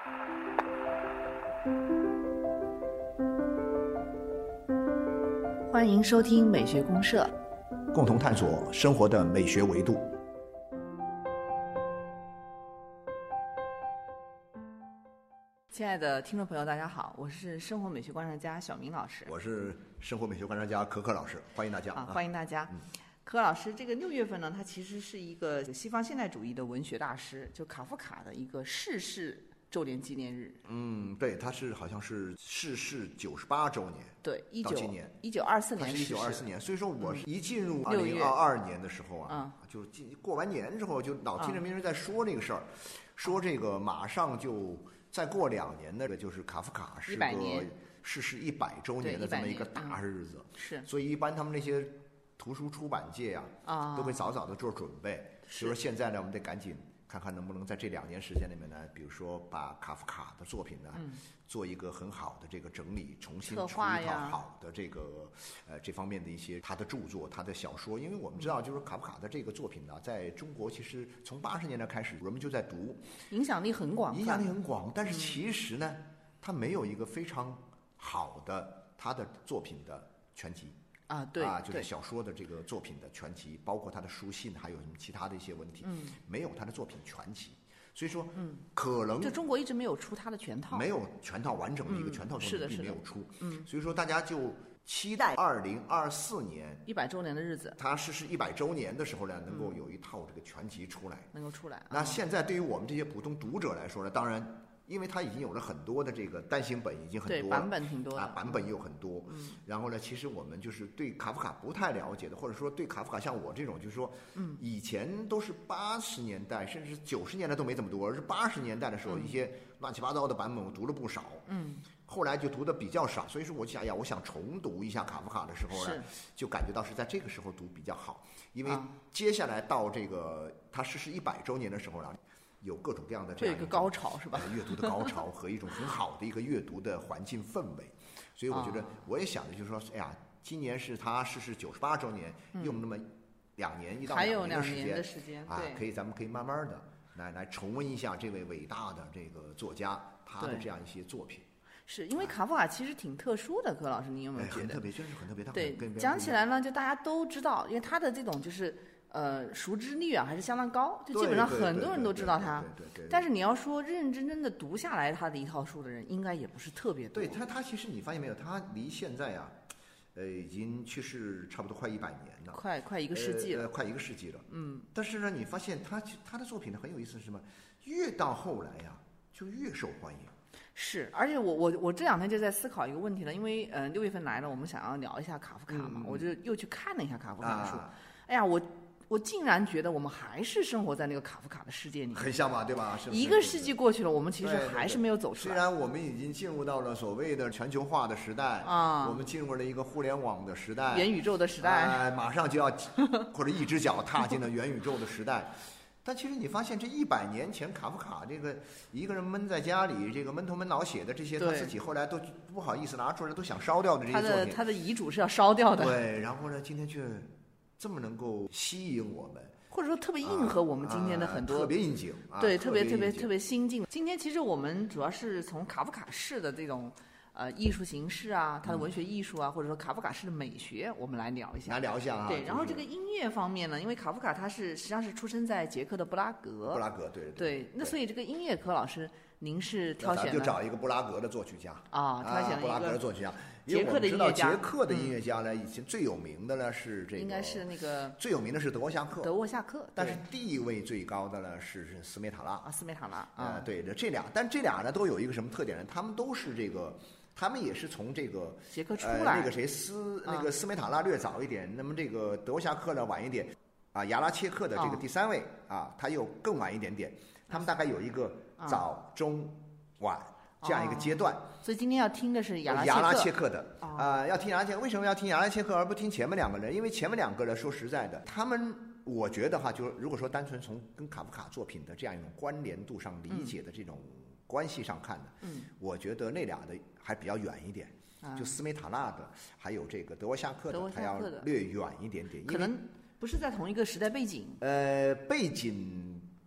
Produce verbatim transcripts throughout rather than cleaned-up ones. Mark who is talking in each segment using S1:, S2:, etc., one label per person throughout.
S1: 欢迎收听美学公社，
S2: 共同探索生活的美学维度。
S1: 亲爱的听众朋友大家好，我是生活美学观察家小明老师。
S2: 我是生活美学观察家可可老师，欢迎大家
S1: 啊！欢迎大家。嗯、可可老师，这个六月份呢，他其实是一个西方现代主义的文学大师，就卡夫卡的一个逝世周年纪念日。
S2: 嗯，对，他是好像是逝世九十八周年。
S1: 对，一九
S2: 今年
S1: 一九二四年，
S2: 他是一九二四年，所以说我是一进入二零二二年的时候啊，
S1: 嗯、
S2: 就过完年之后，就老听着别人在说这个事儿，嗯、说这个马上就。再过两年的，就是卡夫卡是个逝世一百周年的这么一个大日子，
S1: 嗯、是，
S2: 所以一般他们那些图书出版界啊，
S1: 啊
S2: 都会早早的做准备。所以说现在呢，我们得赶紧看看能不能在这两年时间里面呢，比如说把卡夫卡的作品呢，
S1: 嗯、
S2: 做一个很好的这个整理，重新出一套好的这个呃这方面的一些他的著作、他的小说。因为我们知道，就是卡夫卡的这个作品呢，在中国其实从八十年代开始，人们就在读，
S1: 影响力很广，
S2: 影响力很广。但是其实呢，他没有一个非常好的他的作品的全集。
S1: 啊，对
S2: 啊，就是小说的这个作品的全集，包括他的书信，还有什么其他的一些问题，
S1: 嗯，
S2: 没有他的作品全集，所以说，
S1: 嗯，
S2: 可能
S1: 就中国一直没有出他的全套，
S2: 没有全套完整的一个全套作品并没有出，
S1: 嗯，
S2: 所以说大家就期待二零二四年
S1: 一百周年的日子，
S2: 他逝世一百周年的时候呢，能够有一套这个全集出来，
S1: 嗯、能够出来。
S2: 那现在对于我们这些普通读者来说呢，当然。因为它已经有了很多的这个单行本，已经很多了，
S1: 对，版本挺多的
S2: 啊，版本也有很多。
S1: 嗯，
S2: 然后呢，其实我们就是对卡夫卡不太了解的，或者说对卡夫卡像我这种，就是说，
S1: 嗯，
S2: 以前都是八十年代，甚至九十年代都没这么多，而是八十年代的时候，
S1: 嗯、
S2: 一些乱七八糟的版本我读了不少。
S1: 嗯，
S2: 后来就读的比较少，所以说我想，哎呀，我想重读一下卡夫卡的时候呢，就感觉到是在这个时候读比较好，因为接下来到这个他逝世一百周年的时候呢。有各种各样的这样
S1: 一个高潮是吧？
S2: 阅读的高潮和一种很好的一个阅读的环境氛围，所以我觉得我也想着就是说，哎呀，今年是他逝世九十八周年，
S1: 嗯、
S2: 用那么两年一到
S1: 还有
S2: 两
S1: 年
S2: 的
S1: 时间
S2: 啊，可以咱们可以慢慢的来来重温一下这位伟大的这个作家他的这样一些作品。
S1: 是因为卡夫卡其实挺特殊的，柯老师，你有没有觉得？
S2: 哎、很特别，真是很特别。
S1: 对，讲起来呢，就大家都知道，因为他的这种就是。呃，熟知率啊还是相当高，就基本上很多人都知道他。但是你要说认认真真的读下来他的一套书的人，应该也不是特别多。
S2: 对他，他其实你发现没有，他离现在啊，呃，已经去世差不多快一百年了，
S1: 快快一个世纪了，
S2: 呃，快一个世纪了。
S1: 嗯。
S2: 但是呢，你发现他他的作品呢很有意思，是什么？越到后来呀、啊，就越受欢迎。
S1: 是，而且我我我这两天就在思考一个问题了，因为呃六月份来了，我们想要聊一下卡夫卡嘛，
S2: 嗯、
S1: 我就又去看了一下卡夫卡的书。
S2: 啊、
S1: 哎呀，我。我竟然觉得我们还是生活在那个卡夫卡的世界里面，
S2: 很像嘛，对吧？是不是
S1: 一个世纪过去了，我们其实还是没有走出来。
S2: 虽然我们已经进入到了所谓的全球化的时代
S1: 啊，
S2: 我们进入了一个互联网的时代，
S1: 元宇宙的时代，
S2: 呃、马上就要或者一只脚踏进了元宇宙的时代。但其实你发现，这一百年前卡夫卡这个一个人闷在家里，这个闷头闷脑写的这些，他自己后来都不好意思拿出来，都想烧掉的这些作品，
S1: 他的他的遗嘱是要烧掉的。
S2: 对，然后呢，今天却这么能够吸引我们。
S1: 或者说特别应和我们今天的很多、
S2: 啊啊、特别应景，
S1: 对，
S2: 啊、
S1: 特别特别特别新进。今天其实我们主要是从卡夫卡式的这种呃艺术形式啊，他的文学艺术啊，嗯、或者说卡夫卡式的美学，我们来聊一下。
S2: 来聊一下啊。
S1: 对，然后这个音乐方面呢，因为卡夫卡他是实际上是出生在捷克的布拉格。
S2: 布拉格，对
S1: 对
S2: 对。
S1: 对，那所以这个音乐科老师，您是挑选的？
S2: 就找一个布拉格的作曲家
S1: 啊，挑选了一个
S2: 布拉格的作曲家。
S1: 捷克的音乐家，
S2: 捷克的音乐家呢，以前最有名的呢是这个，
S1: 应该是那个
S2: 最有名的是德沃夏克，
S1: 德沃夏克，
S2: 但是地位最高的呢是是斯梅塔拉
S1: 啊，斯梅塔拉
S2: 啊，对的，这俩，但这俩呢都有一个什么特点呢？他们都是这个，他们也是从这个
S1: 捷克出
S2: 来，
S1: 呃、
S2: 那个谁斯那个斯梅塔拉略早一点，那么这个德沃夏克呢晚一点，啊，亚拉切克的这个第三位啊，他又更晚一点点，他们大概有一个早中晚。这样一个阶段、哦，
S1: 所以今天要听的是亚拉切克
S2: 亚拉切克的啊、
S1: 哦
S2: 呃，要听亚拉切克。为什么要听亚拉切克而不听前面两个人？因为前面两个人说实在的，他们我觉得哈，就是如果说单纯从跟卡夫卡作品的这样一种关联度上理解的这种关系上看的，
S1: 嗯，
S2: 我觉得那俩的还比较远一点。
S1: 嗯、
S2: 就斯梅塔纳的，还有这个德沃夏克的，它要
S1: 的
S2: 略远一点点，
S1: 可能不是在同一个时代背景。
S2: 呃，背景。不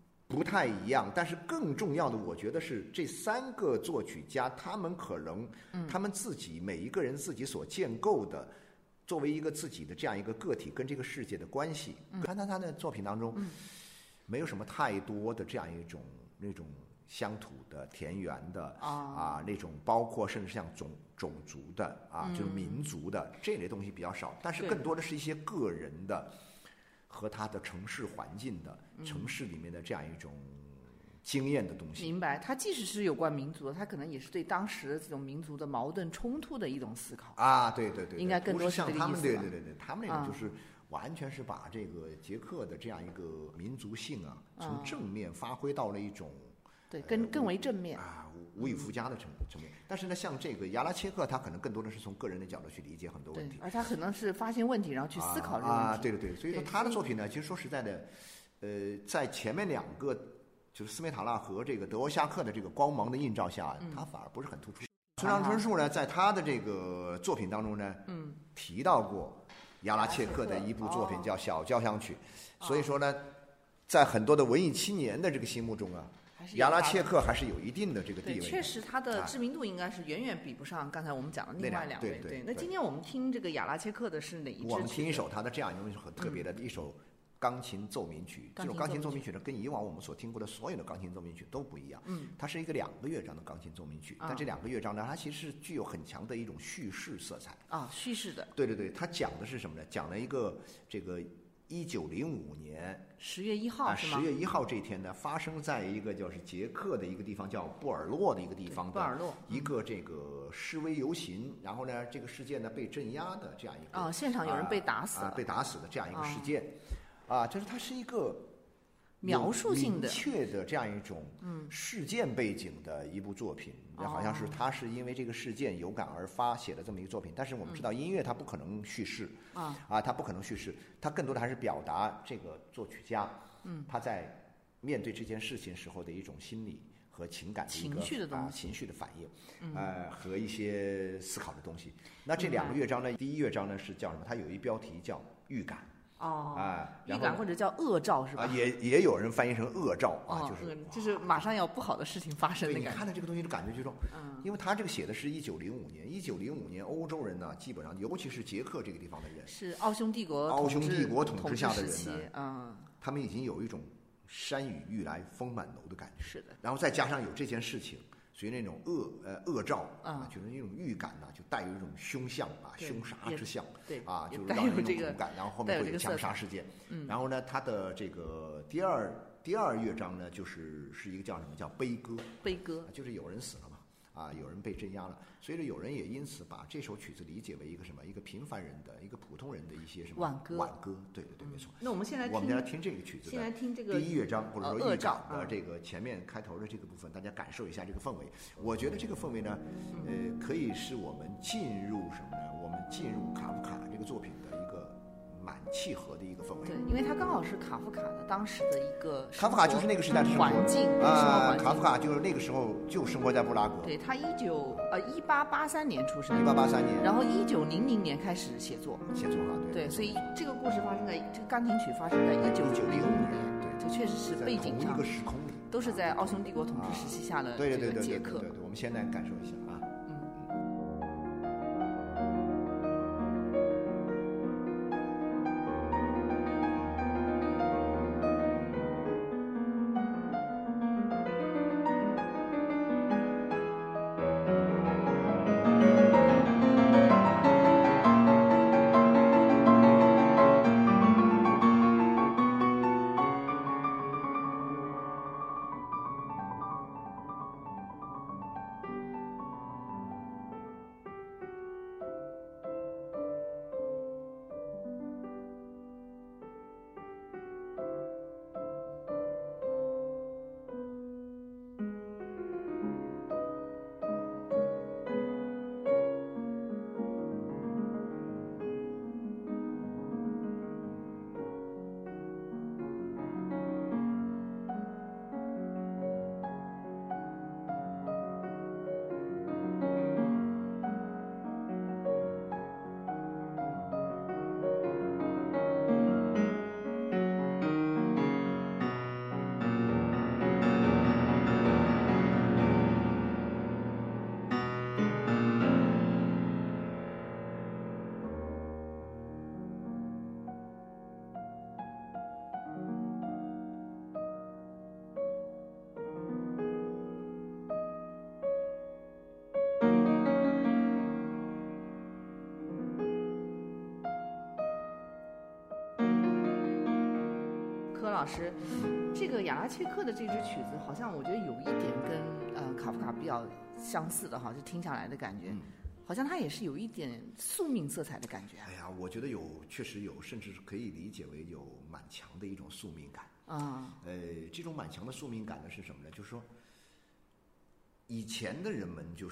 S2: 太一样，但是更重要的，我觉得是这三个作曲家，他们可能，他们自己每一个人自己所建构的，作为一个自己的这样一个个体跟这个世界的关系，看他他的作品当中，没有什么太多的这样一种那种乡土的、田园的啊，那种包括甚至像种种族的啊，就是民族的这类东西比较少，但是更多的是一些个人的。和他的城市环境的、嗯、城市里面的这样一种经验的东西。
S1: 明白，它即使是有关民族的，它可能也是对当时的这种民族的矛盾冲突的一种思考
S2: 啊，对对对，
S1: 应该更多是这个意思。
S2: 像他们，对对对对，他们那种就是完全是把这个捷克的这样一个民族性啊，嗯、从正面发挥到了一种。
S1: 对，更更为正面
S2: 啊，无以复加的层层面。但是呢，像这个亚拉切克，他可能更多的是从个人的角度去理解很多问题，
S1: 而他可能是发现问题，然后去思考这个问题。
S2: 啊，对对对，所以说他的作品呢，其实说实在的，呃，在前面两个就是斯梅塔纳和这个德沃夏克的这个光芒的映照下，嗯、他反而不是很突出。村上春树呢，在他的这个作品当中呢，嗯，提到过亚拉切克的一部作品叫《小交响曲》，哦、所以说呢，在很多的文艺青年的这个心目中啊。亚拉切克还是有一定的这个地位的，
S1: 确实他的知名度应该是远远比不上刚才我们讲的另外两位。
S2: 对 对, 对，
S1: 那今天我们听这个亚拉切克的是哪一支？
S2: 我们听一首他的这样一种很特别的一首钢琴奏鸣曲。这首钢琴奏鸣曲呢，跟以往我们所听过的所有的钢琴奏鸣曲都不一样。嗯，它是一个两个乐章的钢琴奏鸣曲，但这两个乐章呢，它其实具有很强的一种叙事色彩。
S1: 啊，叙事的。
S2: 对对对，它讲的是什么呢？讲了一个这个。一九零五年
S1: 十月一号
S2: 是吗？十月一号这天呢，发生在一个就是捷克的一个地方叫布尔洛的一个地方的一个这个示威游行，然后呢，这个事件呢被镇压的这样一个
S1: 啊，现场有人被打死了，
S2: 啊、被打死的这样一个事件，啊，就是它是一个
S1: 描述性的、
S2: 明确的这样一种事件背景的一部作品。嗯、好像是他是因为这个事件有感而发写的这么一个作品，但是我们知道音乐它不可能叙事啊、嗯、啊，它不可能叙事，它更多的还是表达这个作曲家，嗯，他在面对这件事情时候的一种心理和情感的一个
S1: 情绪的东西、
S2: 啊、情绪的反应，嗯、呃，和一些思考的东西。那这两个乐章呢，第一乐章呢是叫什么？它有一标题叫预感。
S1: 哦，啊，预感或者叫恶兆是吧？
S2: 啊，也也有人翻译成恶兆啊，
S1: 哦、
S2: 就是
S1: 就是马上要不好的事情发生的感觉。
S2: 你看到这个东西的感觉就是说，嗯，因为他这个写的是一九零五年，一九零五年欧洲人呢，基本上尤其是捷克这个地方的人，
S1: 是奥匈帝国
S2: 奥匈帝国统治下的人
S1: 呢，嗯，
S2: 他们已经有一种山雨欲来风满楼的感觉，
S1: 是的，
S2: 然后再加上有这件事情。所以那种恶呃恶兆啊，就是那种预感呢、啊，就带有一种凶相啊、凶杀之相，
S1: 对
S2: 啊，就是让人一种恐感，然后后面会
S1: 有
S2: 枪杀事件。嗯，然后呢，它的这个第二第二乐章呢，就是是一个叫什么叫悲歌，
S1: 悲歌
S2: 就是有人死了嘛，啊，有人被镇压了，所以呢，有人也因此把这首曲子理解为一个什么？一个平凡人的一个普通人的一些什么
S1: 挽歌？
S2: 挽歌，对对对，没错。
S1: 那我们现在
S2: 我们来听这个曲子，
S1: 先来听这个
S2: 第一乐章或者说预兆
S1: 的
S2: 这个前面开头的这个部分，大家感受一下这个氛围。我觉得这个氛围呢，呃，可以是我们进入什么呢？我们进入卡夫卡这个作品的一个蛮契合的一个氛围。
S1: 对，因为它刚好是卡夫卡的当时的一个
S2: 卡夫卡就是那个时代的生活
S1: 环境
S2: 啊，卡夫卡就是那个时候就生活在布拉格。
S1: 对，他一九呃一八八三年出生，
S2: 一八八三年，
S1: 然后一九零零年开始写作，
S2: 写作哈，
S1: 对，对，所以这个故事发生在这个钢琴曲发生在一九零五年，对，这确实是背景上
S2: 一个时空里，
S1: 都是在奥匈帝国统治时期下的这个捷克。
S2: 对对对对对对，我们现在感受一下啊。
S1: 老师，这个亚拉切克的这支曲子，好像我觉得有一点跟呃卡夫卡比较相似的哈，就听下来的感觉。嗯，好像它也是有一点宿命色彩的感觉。
S2: 哎呀，我觉得有，确实有，甚至是可以理解为有蛮强的一种宿命感。
S1: 啊，
S2: 呃，这种蛮强的宿命感呢是什么呢？就是说，以前的人们就是，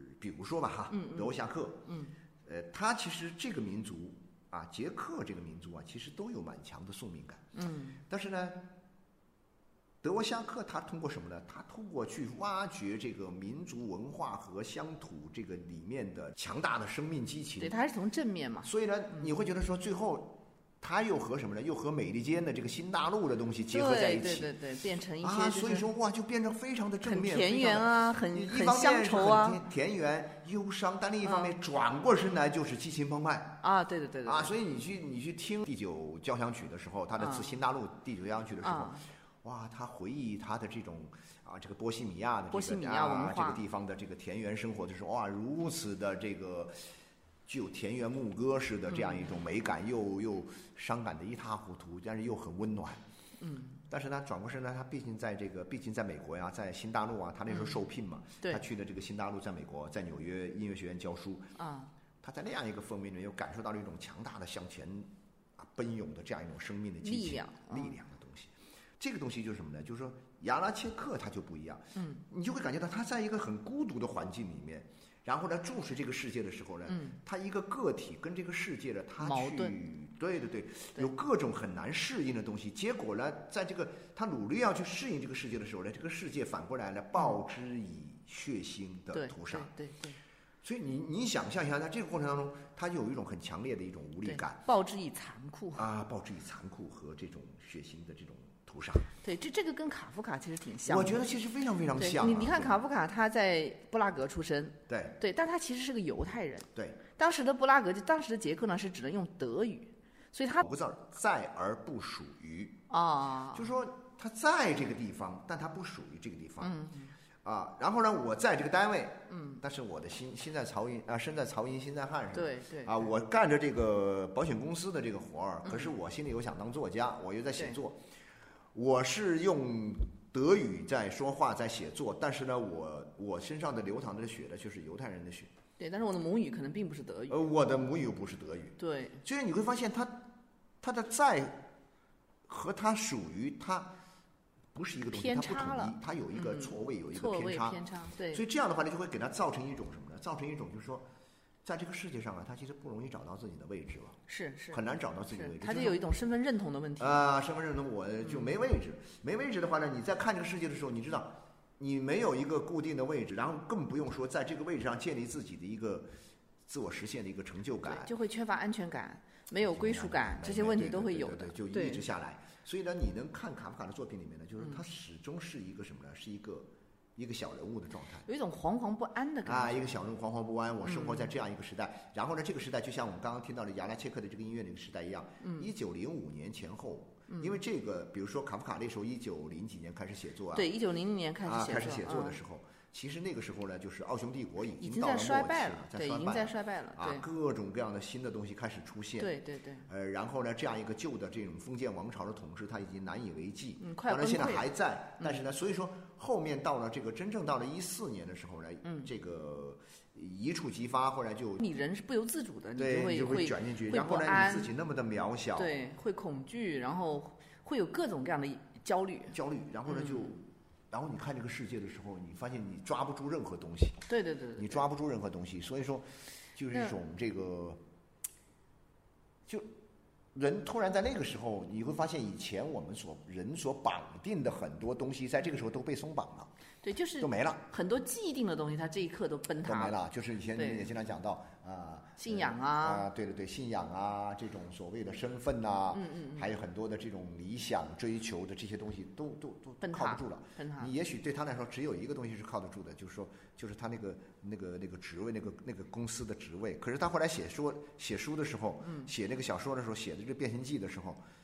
S2: 比如说吧哈，
S1: 嗯嗯
S2: 德沃夏克，
S1: 嗯，
S2: 呃，他其实这个民族啊，捷克这个民族啊，其实都有蛮强的宿命感。
S1: 嗯，
S2: 但是呢，德沃夏克他通过什么呢？他通过去挖掘这个民族文化和乡土这个里面的强大的生命激情。
S1: 对，他还是从正面嘛。
S2: 所以呢，你会觉得说，最后他又和什么呢？又和美利坚的这个新大陆的东西结合在一起。
S1: 对对对对，变成一些、
S2: 啊，所以说哇，就变成非常的正面，
S1: 很田园啊，很很乡愁
S2: 啊，田园忧伤，但另一方面、嗯、转过身来就是激情澎湃
S1: 啊，对对对对
S2: 啊，所以你去你去听第九交响曲的时候，他的《自新大陆》第九交响曲的时候。啊哇，他回忆他的这种啊，这个波西米亚的这个
S1: 波西米亚文化、
S2: 啊、这个地方的这个田园生活的时候，哇，如此的这个具有田园牧歌式的这样一种美感，嗯、又又伤感的一塌糊涂，但是又很温暖。
S1: 嗯。
S2: 但是呢，转过身呢，他毕竟在这个，毕竟在美国呀，在新大陆啊，他那时候受聘嘛，
S1: 嗯、
S2: 他去的这个新大陆，在美国，在纽约音乐学院教书
S1: 啊，
S2: 他在那样一个氛围里面，又感受到了一种强大的向前啊奔涌的这样一种生命的激情、
S1: 力量、
S2: 力量的东西。这个东西就是什么呢？就是说，亚拉切克他就不一样，
S1: 嗯，
S2: 你就会感觉到他在一个很孤独的环境里面，然后呢，注视这个世界的时候呢，
S1: 嗯，
S2: 他一个个体跟这个世界的他去
S1: 矛盾，
S2: 对对对，有各种很难适应的东西。结果呢，在这个他努力要去适应这个世界的时候呢，这个世界反过来呢，报之以血腥的屠杀，
S1: 对对 对, 对。
S2: 所以你你想象一下，在这个过程当中，他就有一种很强烈的一种无力感，
S1: 报之以残酷
S2: 啊，报之以残酷和这种血腥的这种屠杀。
S1: 对，这这个跟卡夫卡其实挺像的。
S2: 我觉得其实非常非常像、啊。
S1: 你你看卡夫卡他在布拉格出生，
S2: 对
S1: 对，但他其实是个犹太人。
S2: 对，
S1: 当时的布拉格就当时的捷克呢是只能用德语，所以他
S2: 五个字儿在而不属于
S1: 啊，
S2: 就是说他在这个地方，但他不属于这个地方。
S1: 嗯。
S2: 啊，然后呢，我在这个单位，
S1: 嗯，
S2: 但是我的心心在曹营啊，身在曹营心在汉上。
S1: 对对。
S2: 啊，我干着这个保险公司的这个活儿，可是我心里又想当作家，我又在写作。我是用德语在说话，在写作，但是呢，我我身上的流淌的血呢，就是犹太人的血。
S1: 对，但是我的母语可能并不是德语。
S2: 呃，我的母语又不是德语。
S1: 对。
S2: 所以你会发现他，他的在和他属于他。不是一个东西，它不统一，它有一个错位，嗯、有一个偏差。
S1: 偏差，对。
S2: 所以这样的话呢，就会给它造成一种什么呢？造成一种就是说，在这个世界上啊，他其实不容易找到自己的位置了。
S1: 是是。
S2: 很难找到自己的位置。
S1: 他就有一种身份认同的问题。
S2: 啊、呃，身份认同我就没位置，嗯、没位置的话呢，你在看这个世界的时候，你知道，你没有一个固定的位置，然后更不用说在这个位置上建立自己的一个自我实现的一个成就感，
S1: 就会缺乏安全感，没有归属感，这些问题都会有的，
S2: 对对对对就一直下来。所以呢，你能看卡夫卡的作品里面呢，就是他始终是一个什么呢？是一个一个小人物的状态，
S1: 有一种惶惶不安的感觉
S2: 啊，一个小人物惶惶不安。我生活在这样一个时代，嗯、然后呢，这个时代就像我们刚刚听到的亚拉切克的这个音乐那个时代一样，一九零五年前后，
S1: 嗯、
S2: 因为这个，比如说卡夫卡那时候一九零几年开始写作啊，
S1: 对，一九零零年开始写作、
S2: 啊、开始写作的时候。嗯其实那个时候呢，就是奥匈帝国
S1: 已
S2: 经到了末期了，
S1: 在对，已经在衰败了，
S2: 啊，各种各样的新的东西开始出现，
S1: 对对对。
S2: 呃，然后呢，这样一个旧的这种封建王朝的统治，它已经难以为继，
S1: 嗯，快
S2: 当然现在还在，
S1: 嗯、
S2: 但是呢，所以说后面到了这个真正到了一四年的时候呢，
S1: 嗯，
S2: 这个一触即发，后来就
S1: 你人是不由自主的，你
S2: 对，
S1: 就会
S2: 你就会卷进去，然后呢，你自己那么的渺小，
S1: 对，会恐惧，然后会有各种各样的焦虑，
S2: 焦虑，然后呢就。
S1: 嗯
S2: 然后你看这个世界的时候，你发现你抓不住任何东西。
S1: 对对 对, 对，
S2: 你抓不住任何东西，所以说，就是一种这个，就人突然在那个时候，你会发现以前我们所人所绑定的很多东西，在这个时候都被松绑了。
S1: 对，就是
S2: 都没了，
S1: 很多既定的东西，它这一刻都崩塌
S2: 都没了。就是以前你也经常讲到啊，
S1: 信仰啊，
S2: 啊，对对对，信仰啊，这种所谓的身份呐，
S1: 嗯嗯嗯，
S2: 还有很多的这种理想追求的这些东西，都都都靠不住了。
S1: 崩塌。
S2: 你也许对他来说，只有一个东西是靠得住的，就是说，就是他那个那个那个职位，那个那个公司的职位。可是他后来写说写书的时候，
S1: 嗯，
S2: 写那个小说的时候，写的这个《变形记》的时候。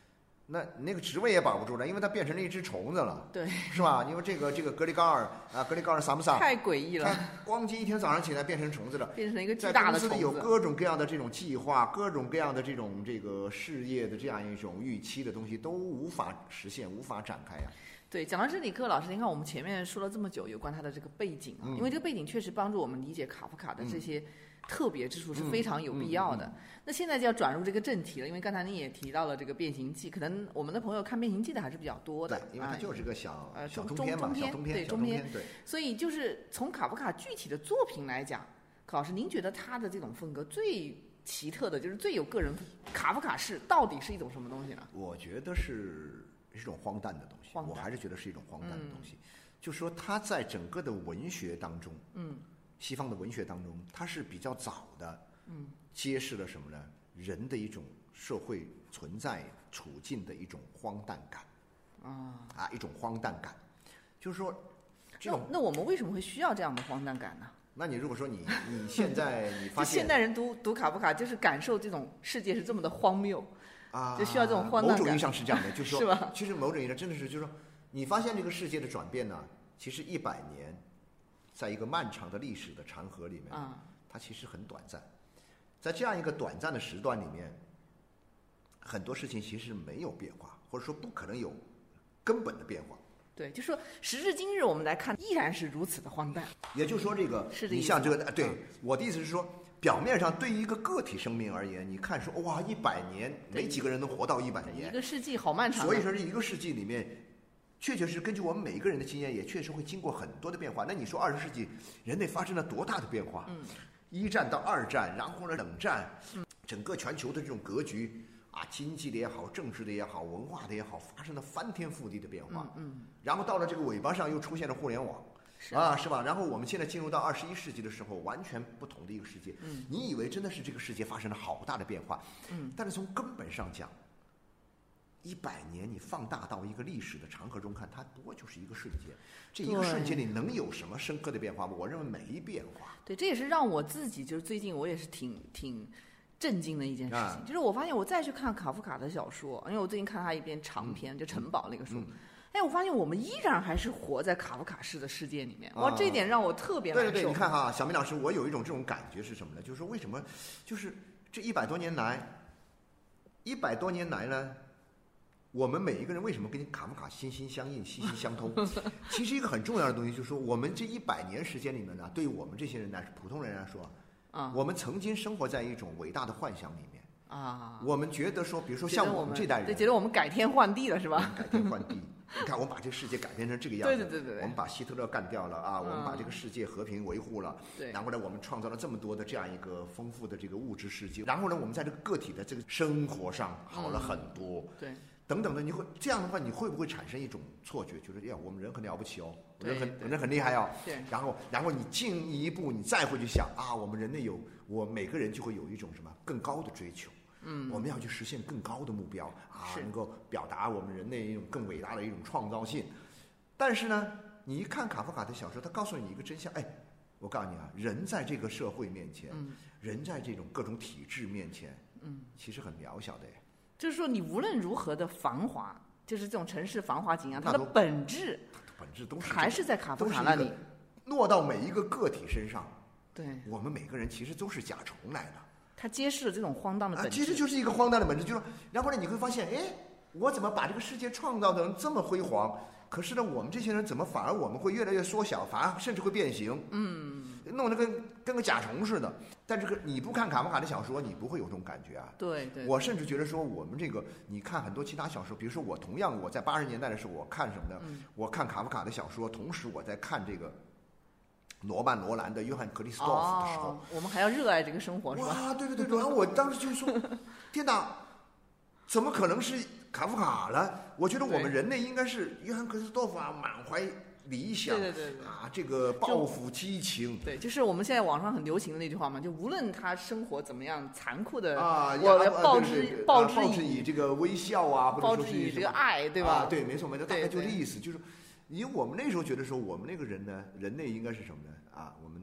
S2: 那那个职位也保不住了，因为它变成了一只虫子了，
S1: 对，
S2: 是吧？因为这个这个格里高尔啊，格里高尔萨姆萨
S1: 太诡异了，
S2: 光机一天早上起来变成虫子了，
S1: 变成一个巨大的虫子。
S2: 在公司里有各种各样的这种计划，各种各样的这种这个事业的这样一种预期的东西都无法实现，无法展开呀、啊。
S1: 对，讲到这里，柯老师，您看我们前面说了这么久有关他的这个背景啊，
S2: 嗯、
S1: 因为这个背景确实帮助我们理解卡夫卡的这些特别之处是非常有必要的。
S2: 嗯嗯嗯嗯、
S1: 那现在就要转入这个正题了，因为刚才您也提到了这个《变形记》，可能我们的朋友看《变形记》的还是比较多的，
S2: 对，因为它就是个小、
S1: 呃
S2: 小中篇嘛，
S1: 中
S2: 小中篇，
S1: 对
S2: 中篇，对。
S1: 所以就是从卡夫卡具体的作品来讲，柯老师，您觉得他的这种风格最奇特的，就是最有个人卡夫卡式，到底是一种什么东西呢？
S2: 我觉得是是一种荒诞的东西，我还是觉得是一种荒诞的东西。嗯、就是说他在整个的文学当中，
S1: 嗯，
S2: 西方的文学当中，他是比较早的，
S1: 嗯，
S2: 揭示了什么呢？人的一种社会存在处境的一种荒诞感，
S1: 啊
S2: 啊，一种荒诞感，就是说，这种
S1: 那, 那我们为什么会需要这样的荒诞感呢？
S2: 那你如果说你你现在你发现
S1: 现代人读读卡夫卡，就是感受这种世界是这么的荒谬。
S2: 啊，
S1: 就需要这种荒诞感。
S2: 某种意义上是这样的，就是说，
S1: 是吧？
S2: 其实某种意义上真的是，就是说，你发现这个世界的转变呢，其实一百年，在一个漫长的历史的长河里面，
S1: 啊，
S2: 它其实很短暂。在这样一个短暂的时段里面，很多事情其实没有变化，或者说不可能有根本的变化。
S1: 对，就说时至今日我们来看，依然是如此的荒诞。
S2: 也就是说，这个
S1: 是的，
S2: 你像这个，对、嗯、我的意思是说。表面上对于一个个体生命而言，你看说哇，一百年没几个人能活到一百年，
S1: 一个世纪好漫长。
S2: 所以说这一个世纪里面，确确实根据我们每一个人的经验，也确实会经过很多的变化。那你说二十世纪人类发生了多大的变化？
S1: 嗯，
S2: 一战到二战，然后呢冷战，
S1: 嗯，
S2: 整个全球的这种格局啊，经济的也好，政治的也好，文化的也好，发生了翻天覆地的变化。
S1: 嗯，嗯
S2: 然后到了这个尾巴上又出现了互联网。
S1: 是
S2: 啊，是吧？然后我们现在进入到二十一世纪的时候，完全不同的一个世界。
S1: 嗯，
S2: 你以为真的是这个世界发生了好大的变化，
S1: 嗯，
S2: 但是从根本上讲，一百年你放大到一个历史的长河中看，它不过就是一个瞬间。这一个瞬间里能有什么深刻的变化吗？我认为没变化。
S1: 对，这也是让我自己就是最近我也是挺挺震惊的一件事情，
S2: 啊、
S1: 就是我发现我再去看卡夫卡的小说，因为我最近看他一篇长篇，
S2: 嗯、
S1: 就《城堡》那个书。
S2: 嗯
S1: 哎，我发现我们依然还是活在卡夫卡式的世界里面，哇，这一点让我特别难受。
S2: 对对对，你看哈，小明老师，我有一种这种感觉是什么呢？就是说，为什么，就是这一百多年来，一百多年来呢，我们每一个人为什么跟卡夫卡心心相印、息息相通？其实一个很重要的东西就是说，我们这一百年时间里面呢，对于我们这些人来说，普通人来说，
S1: 啊，
S2: 我们曾经生活在一种伟大的幻想里面。
S1: 啊，
S2: 我们觉得说，比如说像我们这代人，
S1: 对，觉得我们改天换地了，是吧？
S2: 改天换地，你看我们把这个世界改变成这个样子，
S1: 对对对对，
S2: 我们把希特勒干掉了啊，
S1: 嗯、
S2: 我们把这个世界和平维护了，
S1: 对，
S2: 然后呢，我们创造了这么多的这样一个丰富的这个物质世界，然后呢，我们在这个个体的这个生活上好了很多，
S1: 嗯、对，
S2: 等等的，你会这样的话，你会不会产生一种错觉，就是哎呀，我们人很了不起哦，人很人很厉害哦，
S1: 对，
S2: 然后然后你进一步，你再会去想啊，我们人类有，我每个人就会有一种什么更高的追求。
S1: 嗯，
S2: 我们要去实现更高的目标啊，能够表达我们人类一种更伟大的一种创造性。但是呢，你一看卡夫卡的小说，他告诉你一个真相，哎，我告诉你啊，人在这个社会面前，
S1: 嗯、
S2: 人在这种各种体制面前，
S1: 嗯，
S2: 其实很渺小的。
S1: 就是说，你无论如何的繁华，就是这种城市繁华景象，它的本质，
S2: 它的本质都是
S1: 还是在卡夫卡那里，
S2: 落到每一个个体身上。
S1: 对，
S2: 我们每个人其实都是甲虫来的。
S1: 它揭示了这种荒诞的本质，
S2: 啊、其实就是一个荒诞的本质，就是，然后呢，你会发现，哎，我怎么把这个世界创造的这么辉煌？可是呢，我们这些人怎么反而我们会越来越缩小，反而甚至会变形？
S1: 嗯，
S2: 弄得跟跟个甲虫似的。但这个你不看卡夫卡的小说，你不会有这种感觉啊。
S1: 对对。
S2: 我甚至觉得说，我们这个，你看很多其他小说，比如说我同样我在八十年代的时候，我看什么呢？
S1: 嗯、
S2: 我看卡夫卡的小说，同时我在看这个。罗曼·罗兰的约翰·克里斯多夫的时候、
S1: 哦，我们还要热爱这个生活，是吧？
S2: 哇，对对对，然后我当时就说：“天哪，怎么可能是卡夫卡了？我觉得我们人类应该是约翰·克里斯多夫啊，满怀理想，
S1: 对对对对
S2: 啊，这个抱负激情。
S1: 对，就是我们现在网上很流行的那句话嘛，就无论他生活怎么样残酷的
S2: 啊，
S1: 我报之报
S2: 之以这个微笑啊，
S1: 报之以这个爱，对吧？
S2: 啊、对，没错没错，大概就这意思，就是。”因为我们那时候觉得说，我们那个人呢，人类应该是什么呢？啊，我们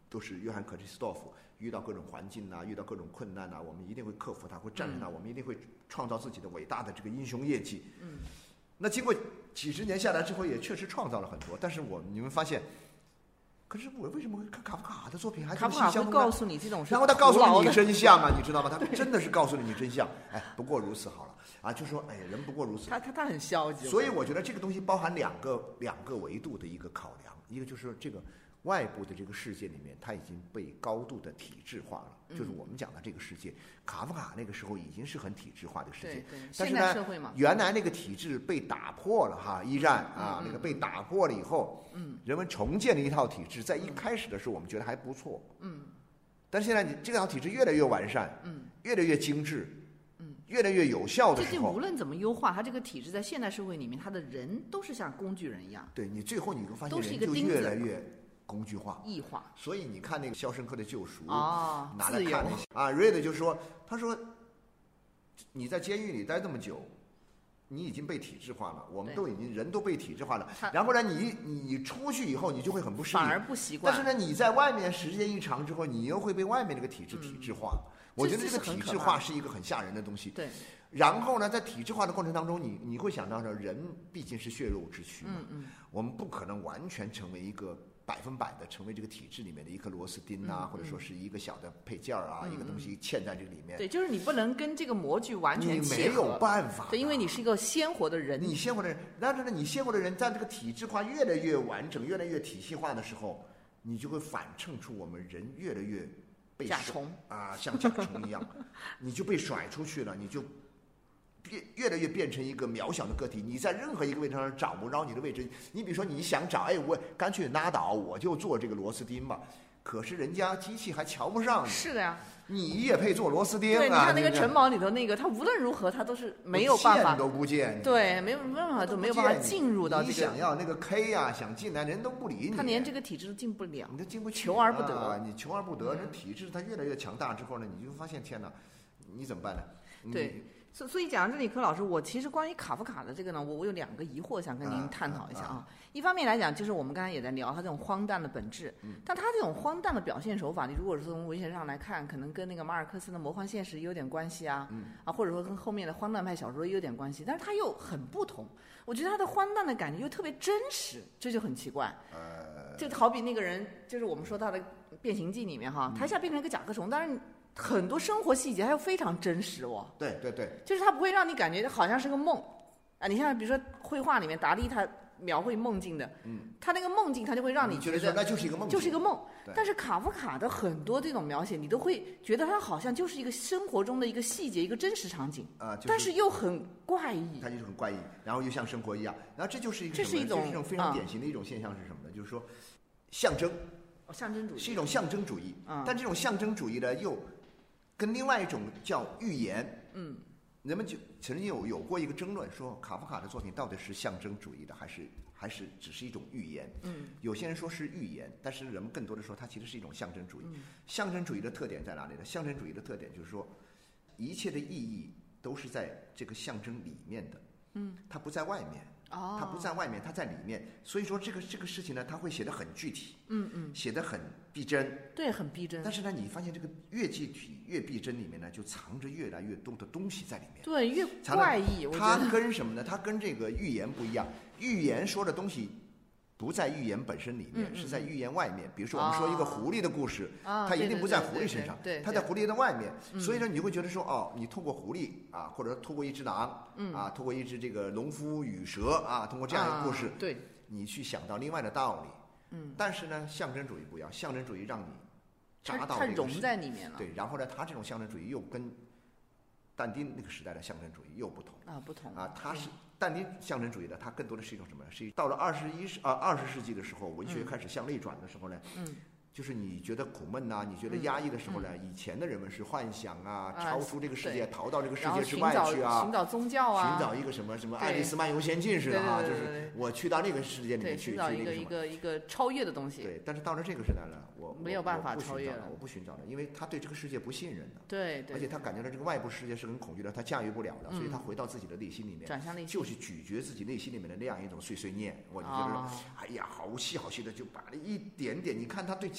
S2: 都是约翰克里斯多夫，遇到各种环境啊，遇到各种困难啊，我们一定会克服它，会战胜它，嗯、我们一定会创造自己的伟大的这个英雄业绩。
S1: 嗯，
S2: 那经过几十年下来之后，也确实创造了很多。但是我你们发现，可是我为什么会看卡夫卡的作品还这么细相通呢？
S1: 卡夫卡会告诉你这种是，
S2: 然后他告诉你真相啊，你知道吗？他真的是告诉了你真相。哎，不过如此好了啊，就说哎，人不过如此。
S1: 他他他很消极。
S2: 所以我觉得这个东西包含两个两个维度的一个考量，一个就是这个外部的这个世界里面，它已经被高度的体制化了，嗯、就是我们讲的这个世界。卡夫卡那个时候已经是很体制化的世界，
S1: 对对，
S2: 但是呢，
S1: 现代社会嘛，
S2: 原来那个体制被打破了哈，一战啊，嗯、那个被打破了以后，
S1: 嗯，
S2: 人们重建了一套体制，在一开始的时候我们觉得还不错，
S1: 嗯，
S2: 但是现在你这套体制越来越完善，
S1: 嗯，
S2: 越来越精致，嗯，越来越有效的时候，
S1: 最近无论怎么优化，它这个体制在现代社会里面，它的人都是像工具人一样，
S2: 对你最后你会发现人就越来越工具化、
S1: 异化。
S2: 所以你看那个《肖申克的救赎》
S1: 哦，
S2: 拿来看那些啊，瑞德就说，他说你在监狱里待这么久，你已经被体制化了，我们都已经人都被体制化了。然后呢，你你出去以后，你就会很不适应，
S1: 反而不习惯。
S2: 但是呢，你在外面时间一长之后，你又会被外面那个体制体制化。嗯、我觉得这个体制化是一个很吓人的东西。
S1: 对。
S2: 然后呢，在体制化的过程当中，你你会想到说，人毕竟是血肉之躯嘛，
S1: 嗯嗯，
S2: 我们不可能完全成为一个百分百的成为这个体制里面的一颗螺丝钉啊，
S1: 嗯、
S2: 或者说是一个小的配件啊，嗯、一个东西嵌在这个里面。
S1: 对，就是你不能跟这个模具完全
S2: 契合，你没有办法。
S1: 对，因为你是一个鲜活的人。
S2: 你鲜活的人，但是呢，你鲜活的人在这个体制化越来越完整、越来越体系化的时候，你就会反衬出我们人越来越被
S1: 甲虫
S2: 啊，像甲虫一样，你就被甩出去了，你就。变越来越变成一个渺小的个体，你在任何一个位置上找不着你的位置。你比如说你想找，哎，我干脆拉倒，我就做这个螺丝钉吧。可是人家机器还瞧不上你。
S1: 是的呀，
S2: 你也配做螺丝钉啊？
S1: 对，你看那个城堡里头那个，他无论如何他都是没有办法，
S2: 见都不见。
S1: 对，没有办法都没有办法进入到这个。
S2: 你想要那个 K 啊，想进来人都不理你。
S1: 他连这个体制都进不了，
S2: 你都进不去，
S1: 求而不得。
S2: 啊、你求而不得，人体制它越来越强大之后呢，你就发现天哪，你怎么办呢？
S1: 对。所所以讲到这里，柯老师，我其实关于卡夫卡的这个呢，我我有两个疑惑想跟您探讨一下啊。
S2: 啊
S1: 一方面来讲，就是我们刚才也在聊他这种荒诞的本质，
S2: 嗯、
S1: 但他这种荒诞的表现手法，你如果是从文学上来看，可能跟那个马尔克斯的魔幻现实也有点关系啊，
S2: 嗯、
S1: 啊，或者说跟后面的荒诞派小说也有点关系，但是他又很不同。我觉得他的荒诞的感觉又特别真实，这就很奇怪。
S2: 呃，
S1: 就好比那个人，就是我们说他的《变形记》里面哈，台下变成一个甲壳虫，当然。很多生活细节还有非常真实哦，
S2: 对对对，
S1: 就是它不会让你感觉好像是个梦啊。你像比如说绘画里面达利他描绘梦境的，
S2: 嗯，
S1: 他那个梦境他就会让你
S2: 觉
S1: 得
S2: 那就是一个梦，
S1: 就是一个梦。但是卡夫卡的很多这种描写，你都会觉得他好像就是一个生活中的一个细节，一个真实场景
S2: 啊，就是、
S1: 但是又很怪异，
S2: 它就是很怪异，然后又像生活一样，然后这就是一个
S1: 这是一种
S2: 这是一种非常典型的一种现象是什么呢？嗯、就是说象征，
S1: 哦，象征主义
S2: 是一种象征主义，
S1: 嗯、
S2: 但这种象征主义呢又。跟另外一种叫寓言，
S1: 嗯，
S2: 人们就曾经有有过一个争论，说卡夫卡的作品到底是象征主义的，还是还是只是一种寓言？
S1: 嗯，
S2: 有些人说是寓言，但是人们更多的说它其实是一种象征主义。
S1: 嗯、
S2: 象征主义的特点在哪里呢？象征主义的特点就是说，一切的意义都是在这个象征里面的，
S1: 嗯，
S2: 它不在外面。
S1: 哦，
S2: 它不在外面，它在里面，所以说这个这个事情呢，它会写得很具体，
S1: 嗯嗯，
S2: 写得很逼真，
S1: 对，很逼真。
S2: 但是呢，你发现这个越具体越逼真里面呢，就藏着越来越多的东西在里面，
S1: 对，越怪异。我觉
S2: 得它跟什么呢？它跟这个寓言不一样，寓言说的东西不在寓言本身里面，
S1: 嗯嗯、
S2: 是在寓言外面。比如说我们说一个狐狸的故事，
S1: 哦、
S2: 它一定不在狐狸身上，
S1: 对对对对对
S2: 它在狐狸的外面。
S1: 嗯、
S2: 所以呢，你就会觉得说，哦，你通过狐狸啊，或者通过一只狼，
S1: 嗯、
S2: 啊，通过一只这个农夫与蛇啊，通过这样一个故事，
S1: 啊、对，
S2: 你去想到另外的道理。
S1: 嗯，
S2: 但是呢，象征主义不一样，象征主义让你扎到
S1: 它融在里面了。
S2: 对，然后呢，它这种象征主义又跟但丁那个时代的象征主义又不同
S1: 啊，不同
S2: 啊，它是。但丁象征主义的，它更多的是一种什么呢？是到了二十一世啊二十世纪的时候，文学开始向内转的时候呢，
S1: 嗯，
S2: 就是你觉得苦闷呐、啊，你觉得压抑的时候呢，
S1: 嗯、
S2: 以前的人们是幻想啊，
S1: 啊
S2: 超出这个世界，逃到这个世
S1: 界
S2: 之外去啊，
S1: 寻找宗教啊，
S2: 寻找一个什么什么爱丽丝漫游仙境似的啊，就是我去到那个世界里面去，
S1: 寻找一个一个一个超越的东西。
S2: 对，但是到了这个时代了，我
S1: 没有办法超越
S2: 了，我不寻找了，因为他对这个世界不信任的，
S1: 对对，
S2: 而且他感觉到这个外部世界是很恐惧的，他驾驭不了的，所以他回到自己的内心里面，
S1: 转向内心，
S2: 就是咀嚼自己内心里面的那样一种碎碎念。我就觉得，哎呀，好细好细的，就把了一点点。你看他对甲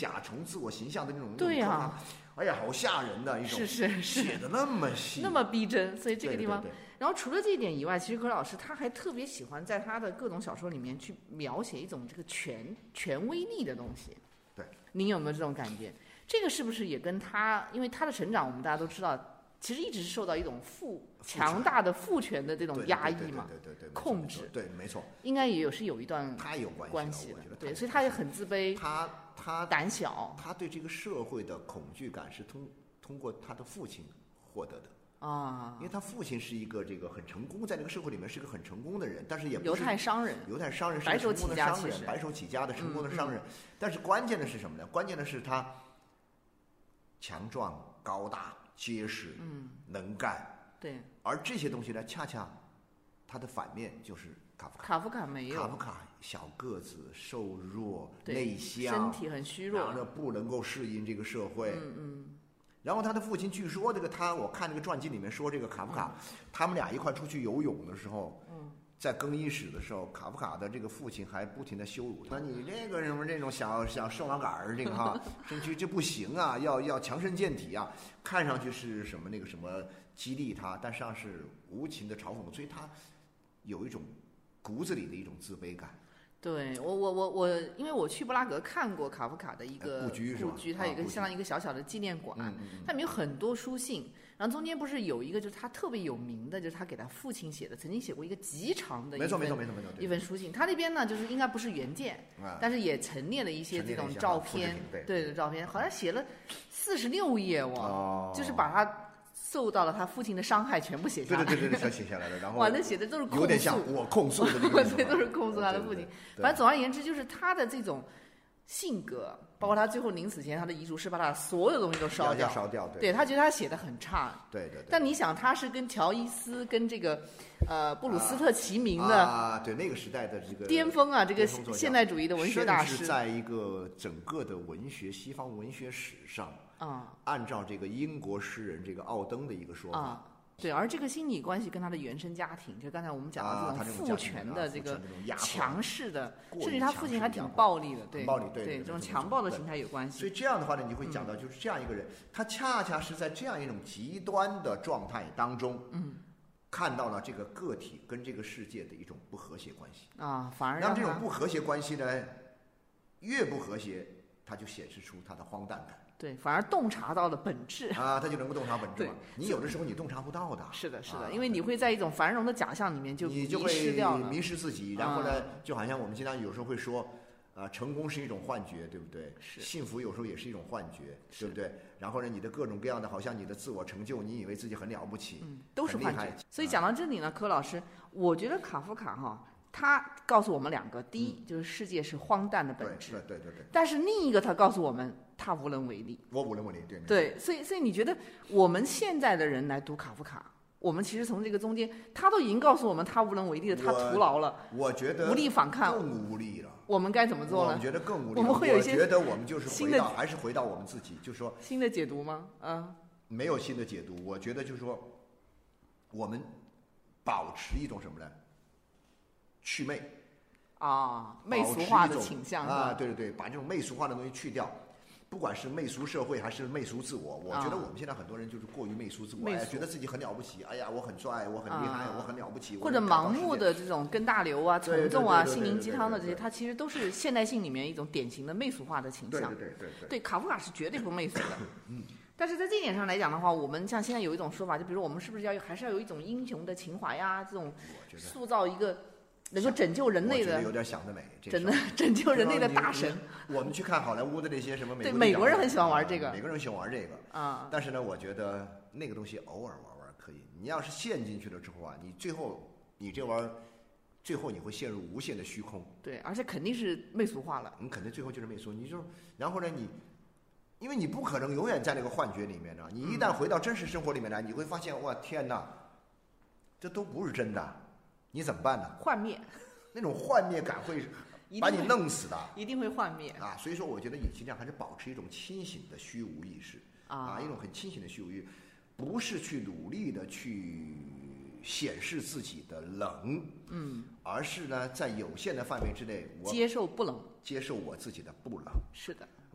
S2: 甲虫自我形象的那种，
S1: 对呀、啊，
S2: 哎呀，好吓人的一种，
S1: 是是是，
S2: 写的那么细，
S1: 那么逼真，所以这个地方。
S2: 对对对对，
S1: 然后除了这一点以外，其实柯老师他还特别喜欢在他的各种小说里面去描写一种这个权权威力的东西。
S2: 对，
S1: 您有没有这种感觉？这个是不是也跟他，因为他的成长，我们大家都知道，其实一直是受到一种父强大的父权的这种压抑嘛，
S2: 对对对，
S1: 控制，
S2: 对，没错，
S1: 应该也有是有一段
S2: 他有
S1: 关系
S2: 的，
S1: 对，所以他也很自卑，
S2: 他他
S1: 胆小，
S2: 他对这个社会的恐惧感是通通过他的父亲获得的。
S1: 啊，
S2: 因为他父亲是一个这个很成功，在这个社会里面是一个很成功的人，但是也不是
S1: 犹太商人，
S2: 犹太商人是
S1: 白手
S2: 成功的商人，白手起家的成功的商人。
S1: 嗯嗯、
S2: 但是关键的是什么呢？关键的是他强壮、高大、结实，
S1: 嗯，
S2: 能干。
S1: 对。
S2: 而这些东西呢，恰恰他的反面就是卡夫卡。
S1: 卡夫卡没有。
S2: 卡夫卡小个子、瘦弱、内向，
S1: 身体很虚弱，
S2: 然后不能够适应这个社会。
S1: 嗯嗯。
S2: 然后他的父亲据说这个他我看这个传记里面说这个卡夫卡，
S1: 嗯、
S2: 他们俩一块出去游泳的时候，
S1: 嗯、
S2: 在更衣室的时候，卡夫卡的这个父亲还不停的羞辱他，那你这个什么这种小小瘦老杆儿这个哈身躯这不行啊，要要强身健体啊，看上去是什么那个什么激励他，但实际上是无情的嘲讽，所以他有一种骨子里的一种自卑感。
S1: 对我我我我，因为我去布拉格看过卡夫卡的一个
S2: 故居，
S1: 故居，它有一个相当于一个小小的纪念馆，
S2: 嗯嗯、
S1: 它里面有很多书信，然后中间不是有一个就是他特别有名的，就是他给他父亲写的，曾经写过一个极长的一份，
S2: 没错没错没错没错，
S1: 一份书信。他那边呢，就是应该不是原件，
S2: 啊、
S1: 但是也陈列了一些这种照片，
S2: 对
S1: 对的照片，好像写了四十六页哇，
S2: 哦、
S1: 就是把他。受到了他父亲的伤害，全部写下来。
S2: 对对对对，全写下来了。然后
S1: 哇，那写的都是控诉，
S2: 有点像我控诉的那个，
S1: 对，都是控诉他的父亲。反正总而言之，就是他的这种性格，包括他最后临死前，他的遗嘱是把他所有的东西都烧掉，
S2: 烧掉。对，
S1: 对他觉得他写的很差。
S2: 对对对。
S1: 但你想，他是跟乔伊斯、跟这个呃布鲁斯特齐名的
S2: 啊，对那个时代的这个
S1: 巅峰啊，这个现代主义的文学大师，
S2: 甚至在一个整个的文学西方文学史上。
S1: 啊、嗯，
S2: 按照这个英国诗人这个奥登的一个说法，
S1: 啊、嗯，对，而这个心理关系跟他的原生家庭，就刚才我们讲到这种父权的这个强势的，
S2: 啊、
S1: 甚至他父亲还挺暴力的，对，
S2: 暴力，对
S1: 对，这种强暴的形态有关系。
S2: 所以这样的话呢，你会讲到就是这样一个人，嗯、他恰恰是在这样一种极端的状态当中，
S1: 嗯，
S2: 看到了这个个体跟这个世界的一种不和谐关系
S1: 啊，反而
S2: 让这种不和谐关系呢，越不和谐，它就显示出它的荒诞感。
S1: 对，反而洞察到了本质
S2: 啊，他就能够洞察本质嘛。你有的时候你洞察不到的。
S1: 是的，是的，
S2: 啊、
S1: 因为你会在一种繁荣的假象里面就
S2: 你就
S1: 迷失掉了，
S2: 迷失自己。然后呢，啊、就好像我们经常有时候会说，啊、呃，成功是一种幻觉，对不对？
S1: 是。
S2: 幸福有时候也是一种幻觉，对不对？然后呢，你的各种各样的，好像你的自我成就，你以为自己很了不起，
S1: 嗯，都是幻觉。所以
S2: 啊、
S1: 讲到这里呢，柯老师，我觉得卡夫卡哈。他告诉我们两个，第一、嗯、就是世界是荒诞的本质，
S2: 对对对对。
S1: 但是另一个，他告诉我们，他无能为力。
S2: 我无能为力，对。
S1: 对，所以所以你觉得我们现在的人来读卡夫卡，我们其实从这个中间，他都已经告诉我们他无能为力了，他徒劳了，
S2: 我觉得
S1: 无力反抗，
S2: 更无力了。
S1: 我们该怎么做呢？
S2: 我们觉得更无力。
S1: 我们会有一些
S2: 我觉得我们就是回到，还是回到我们自己，就是说
S1: 新的解读吗？啊，
S2: 没有新的解读。我觉得就是说，我们保持一种什么呢？祛魅。
S1: 啊，媚俗化的倾向
S2: 啊，对对对，把这种媚俗化的东西去掉，不管是媚俗社会还是媚俗自我，我觉得我们现在很多人就是过于媚俗自我，哎，觉得自己很了不起，哎呀，我很帅，我很厉害，
S1: 啊、
S2: 我很了不起，
S1: 或者盲目的这种跟大流啊、从众啊、心灵鸡汤的这些，它其实都是现代性里面一种典型的媚俗化的倾向。
S2: 对对对对对。
S1: 对，卡夫卡是绝对不媚俗的。
S2: 嗯。
S1: 但是在这一点上来讲的话，我们像现在有一种说法，就比如我们是不是要还是要有一种英雄的情怀呀？这种塑造一个。能够拯救人类的，
S2: 有点想得美，
S1: 真的拯救人类的大神。
S2: 我们去看好莱坞的那些什么美国，
S1: 对美国人很喜欢玩这个，
S2: 美国人喜欢玩这个
S1: 啊。
S2: 但是呢，我觉得那个东西偶尔玩玩可以。你要是陷进去了之后啊，你最后你这玩意儿，最后你会陷入无限的虚空。
S1: 对，而且肯定是媚俗化了。
S2: 你肯定最后就是媚俗，你就然后呢，你因为你不可能永远在那个幻觉里面呢，你一旦回到真实生活里面来，你会发现哇天哪，这都不是真的，你怎么办呢？
S1: 幻灭。
S2: 那种幻灭感会把你弄死的，
S1: 一定会幻灭
S2: 啊！所以说，我觉得你尽量还是保持一种清醒的虚无意识啊，啊，一种很清醒的虚无意识，不是去努力的去显示自己的冷，
S1: 嗯，
S2: 而是呢，在有限的范围之内，我
S1: 接受不冷，
S2: 接受我自己的不冷。
S1: 是的，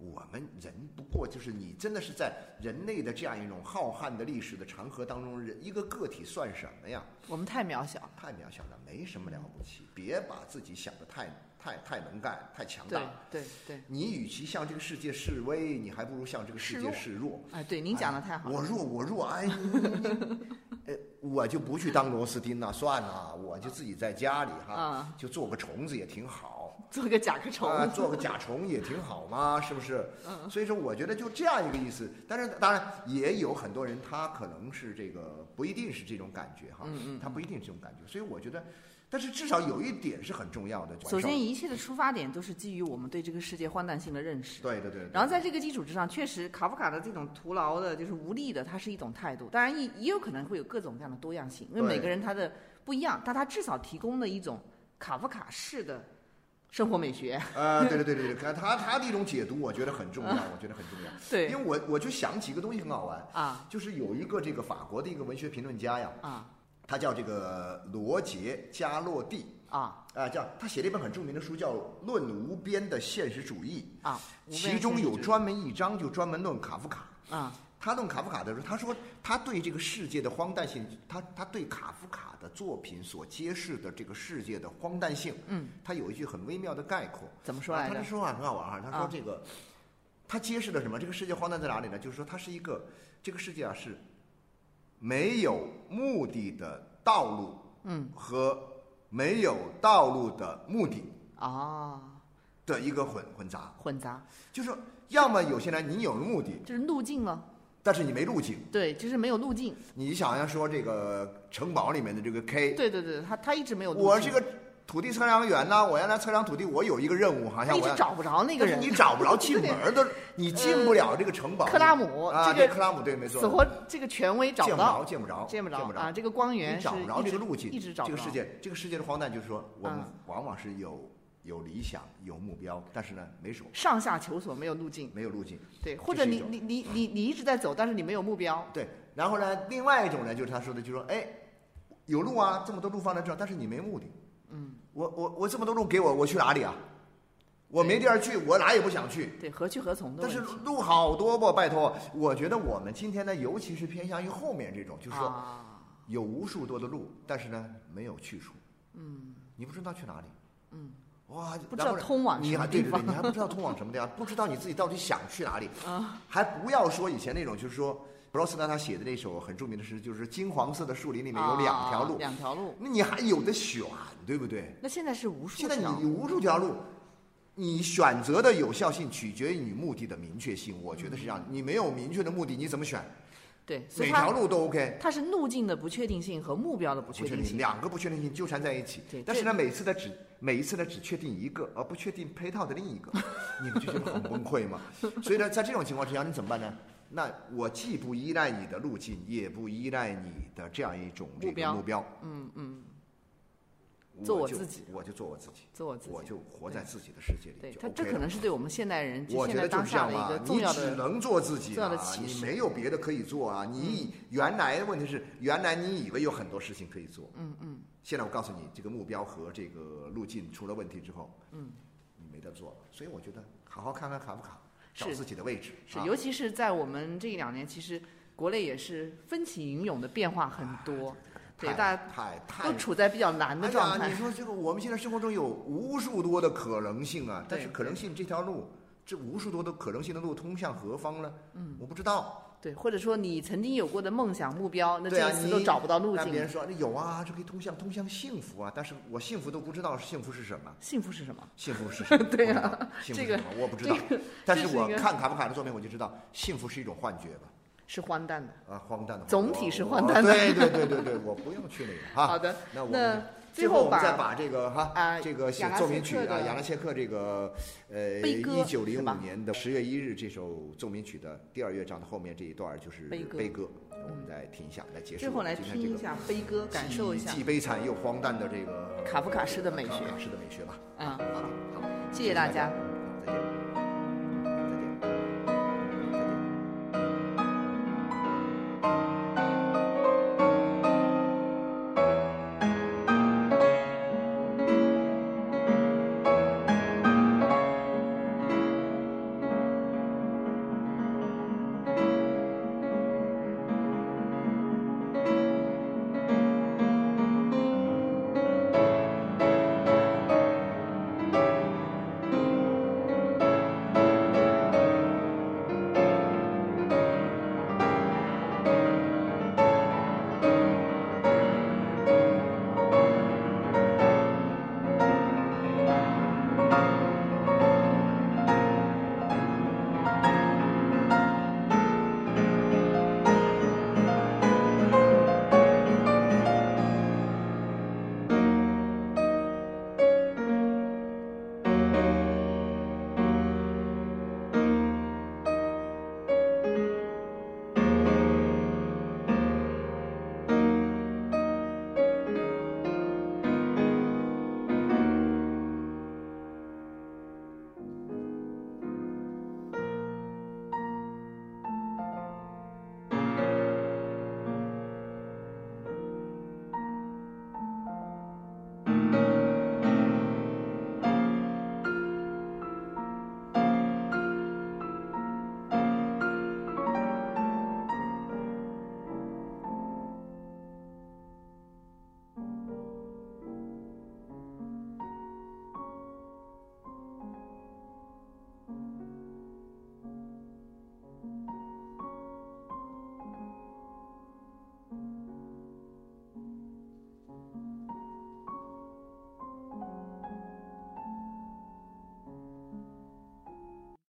S2: 我们人不过就是你真的是在人类的这样一种浩瀚的历史的长河当中，人一个个体算什么呀？
S1: 我们太渺小，
S2: 太渺小了，没什么了不起。别把自己想得太太太能干、太强大。
S1: 对对对。
S2: 你与其向这个世界示威，你还不如向这个世界示弱。
S1: 哎，对，您讲的太好了。
S2: 哎、我弱，我弱，哎，呃，我就不去当螺丝钉了，算了，我就自己在家里哈，
S1: 嗯、
S2: 就做个虫子也挺好。
S1: 做个甲壳虫、
S2: 啊，做个甲虫也挺好嘛，是不是？嗯，所以说我觉得就这样一个意思。但是当然也有很多人他可能是这个不一定是这种感觉哈，
S1: 嗯嗯，
S2: 他不一定是这种感觉。所以我觉得，但是至少有一点是很重要的。
S1: 首先，一切的出发点都是基于我们对这个世界荒诞性的认识。
S2: 对对 对, 对。
S1: 然后在这个基础之上，确实卡夫卡的这种徒劳的，就是无力的，它是一种态度。当然也也有可能会有各种各样的多样性，因为每个人他的不一样，但他至少提供了一种卡夫卡式的生活美学。
S2: 呃，对对对对对，他他的一种解读，我觉得很重要，我觉得很重要。
S1: 对，
S2: 因为我我就想起一个东西很好玩
S1: 啊，
S2: 就是有一个这个法国的一个文学评论家呀，
S1: 啊，
S2: 他叫这个罗杰·加洛蒂
S1: 啊，
S2: 啊，叫他写了一本很著名的书，叫《论无边的现实主义》
S1: 啊，
S2: 其中有专门一章就专门论卡夫卡
S1: 啊。
S2: 他论卡夫卡的时候，他说他对这个世界的荒诞性，他他对卡夫卡的作品所揭示的这个世界的荒诞性，
S1: 嗯，
S2: 他有一句很微妙的概括。
S1: 怎么说来着？
S2: 他的说法很好玩哈，他说这个，啊、他揭示了什么？这个世界荒诞在哪里呢？就是说，它是一个这个世界啊是没有目的的道路，
S1: 嗯，
S2: 和没有道路的目的
S1: 啊
S2: 的一个混混杂，
S1: 混杂，
S2: 就是说，要么有些人你有目的，
S1: 就是路径了。
S2: 但是你没路径，
S1: 对，就是没有路径。
S2: 你想要说这个城堡里面的这个 K，
S1: 对对对，他他一直没有路径。
S2: 我这个土地测量员呢，我要来测量土地，我有一个任务，好像我
S1: 一直找不着那个人，
S2: 你找不着进门的，你进不了这个城堡。
S1: 克拉姆
S2: 啊，
S1: 这
S2: 个克拉姆对，没错，
S1: 死活这个权威找不到，
S2: 见不着，
S1: 见不着，
S2: 见不着
S1: 啊！这个光源
S2: 你找不着这个路径，
S1: 一直找不着。
S2: 这个世界，这个世界的荒诞就是说，我们往往是有。有理想，有目标，但是呢，没手。
S1: 上下求索，没有路径。
S2: 没有路径。
S1: 对，或者你你你你你一直在走，但是你没有目标。
S2: 对，然后呢，另外一种呢，就是他说的，就是说，哎，有路啊，这么多路放在这儿，但是你没目的。
S1: 嗯。
S2: 我我我这么多路给我，我去哪里啊？我没地儿去，我哪也不想去。
S1: 对，何去何从的
S2: 问题。但是路好多不，拜托，我觉得我们今天呢，尤其是偏向于后面这种，就是说，
S1: 啊、
S2: 有无数多的路，但是呢，没有去处。
S1: 嗯。
S2: 你不知道去哪里。
S1: 嗯。
S2: 哇，
S1: 不知道通往什么地方，
S2: 对对对，你还不知道通往什么地方，不知道你自己到底想去哪里
S1: 啊！
S2: 还不要说以前那种，就是说布劳斯纳他写的那首很著名的诗，就是金黄色的树林里面有两条路，
S1: 啊、两条路，
S2: 那你还有的选，对不对？
S1: 那现在是无数，
S2: 现在你有无数条路，你选择的有效性取决于你目的的明确性，我觉得是这样。
S1: 嗯、
S2: 你没有明确的目的，你怎么选？
S1: 对，
S2: 每条路都 OK。
S1: 它是路径的不确定性和目标的不确定性，
S2: 两个不确定性纠缠在一起。
S1: 对，
S2: 但是呢，每次的只每一次呢只确定一个，而不确定配套的另一个，你不就觉得很崩溃吗？所以呢，在这种情况之下，你怎么办呢？那我既不依赖你的路径，也不依赖你的这样一种这个目标。
S1: 嗯嗯。做我自己，
S2: 我就做我自己，
S1: 做我自己，
S2: 我就活在自己的世界里。
S1: 对，
S2: 就 OK
S1: 他这可能是对我们现代人，
S2: 我觉得就是这样
S1: 嘛。
S2: 你只能做自己
S1: 了，
S2: 你没有别的可以做啊！你原来问题是，原来你以为有很多事情可以做，
S1: 嗯嗯。
S2: 现在我告诉你，这个目标和这个路径出了问题之后，
S1: 嗯，
S2: 你没得做了。所以我觉得，好好看看卡夫卡，找自己的位置。
S1: 是，尤其是在我们这一两年，其实国内也是风起云涌的变化很多。对，大家
S2: 太太
S1: 都处在比较难的状态。
S2: 哎、你说这个，我们现在生活中有无数多的可能性啊，但是可能性这条路，这无数多的可能性的路通向何方呢？
S1: 嗯，
S2: 我不知道。
S1: 对，或者说你曾经有过的梦想目标，那
S2: 这
S1: 一次都找不到路径。
S2: 别人说有啊，这可以通向通向幸福啊，但是我幸福都不知道幸福是什么。
S1: 幸福是什么？
S2: 幸福是什么？
S1: 对啊，
S2: 幸福是什么？我不知道。
S1: 这个、
S2: 但是我看卡夫卡的作品，我就知道幸福是一种幻觉吧。
S1: 是荒诞的
S2: 啊，荒诞的，
S1: 总体是荒诞的。
S2: 对对对对对，我不用去那个哈。
S1: 好的，
S2: 那我
S1: 那
S2: 最后我们再把这个哈
S1: 啊
S2: 这个奏鸣曲啊，亚拉谢克这个呃一九零五年的十月一日这首奏鸣曲的第二乐章的后面这一段就是悲歌，我们再听一下来结束。
S1: 最后来听一下悲歌，感受一下
S2: 既悲惨又荒诞的这个
S1: 卡夫卡式的美学，
S2: 卡夫卡式的美学吧。
S1: 嗯，好，谢谢大家。